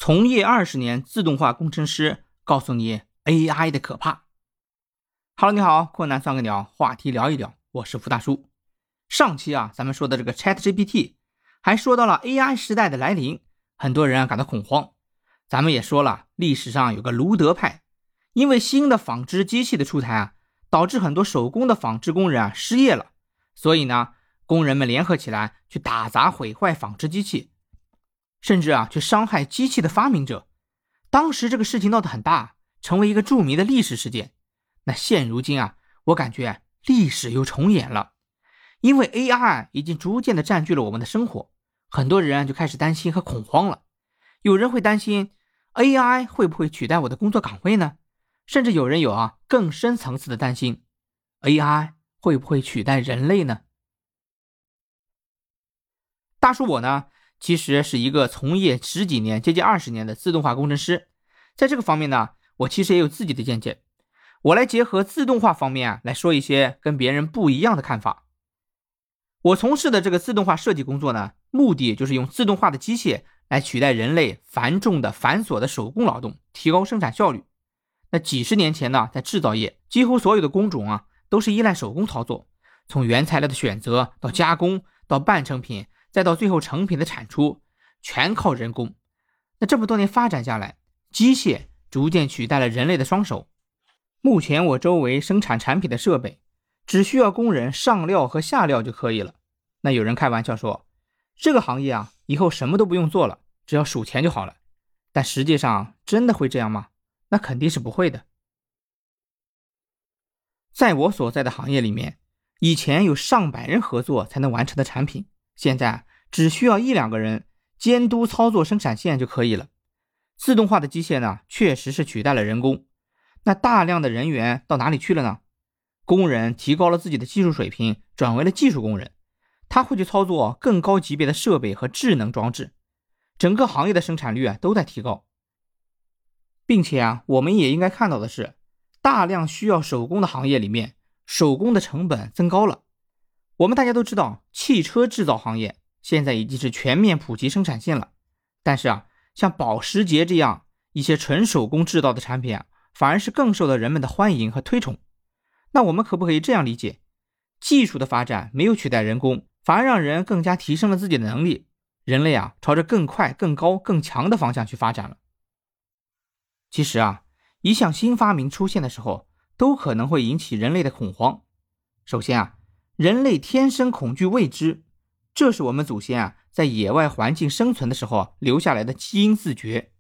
从业20年自动化工程师告诉你 AI 的可怕。Hello， 你好，困难算个鸟，话题聊一聊，我是福大叔。上期咱们说的这个 ChatGPT， 还说到了 AI 时代的来临，很多人感到恐慌。咱们也说了，历史上有个卢德派，因为新的纺织机器的出台导致很多手工的纺织工人失业了，所以呢，工人们联合起来去打砸毁坏纺织机器，甚至去伤害机器的发明者。当时这个事情闹得很大，成为一个著名的历史事件。那现如今我感觉历史又重演了，因为 AI 已经逐渐的占据了我们的生活，很多人就开始担心和恐慌了。有人会担心 AI 会不会取代我的工作岗位呢？甚至有人有更深层次的担心， AI 会不会取代人类呢？大叔我呢，其实是一个从业10几年接近20年的自动化工程师，在这个方面呢，我其实也有自己的见解。我来结合自动化方面来说一些跟别人不一样的看法。我从事的这个自动化设计工作呢，目的就是用自动化的机械来取代人类繁重的繁琐的手工劳动，提高生产效率。那几十年前呢，在制造业，几乎所有的工种都是依赖手工操作，从原材料的选择到加工到半成品，再到最后成品的产出，全靠人工。那这么多年发展下来，机械逐渐取代了人类的双手。目前我周围生产产品的设备只需要工人上料和下料就可以了。那有人开玩笑说，这个行业以后什么都不用做了，只要数钱就好了。但实际上真的会这样吗？那肯定是不会的。在我所在的行业里面，以前有上百人合作才能完成的产品，现在只需要1-2个人监督操作生产线就可以了。自动化的机械呢，确实是取代了人工。那大量的人员到哪里去了呢？工人提高了自己的技术水平，转为了技术工人，他会去操作更高级别的设备和智能装置，整个行业的生产率都在提高。并且我们也应该看到的是，大量需要手工的行业里面，手工的成本增高了。我们大家都知道，汽车制造行业现在已经是全面普及生产线了，但是像保时捷这样一些纯手工制造的产品反而是更受到人们的欢迎和推崇。那我们可不可以这样理解，技术的发展没有取代人工，反而让人更加提升了自己的能力，人类朝着更快更高更强的方向去发展了。其实一项新发明出现的时候，都可能会引起人类的恐慌。首先人类天生恐惧未知，这是我们祖先在野外环境生存的时候留下来的基因自觉。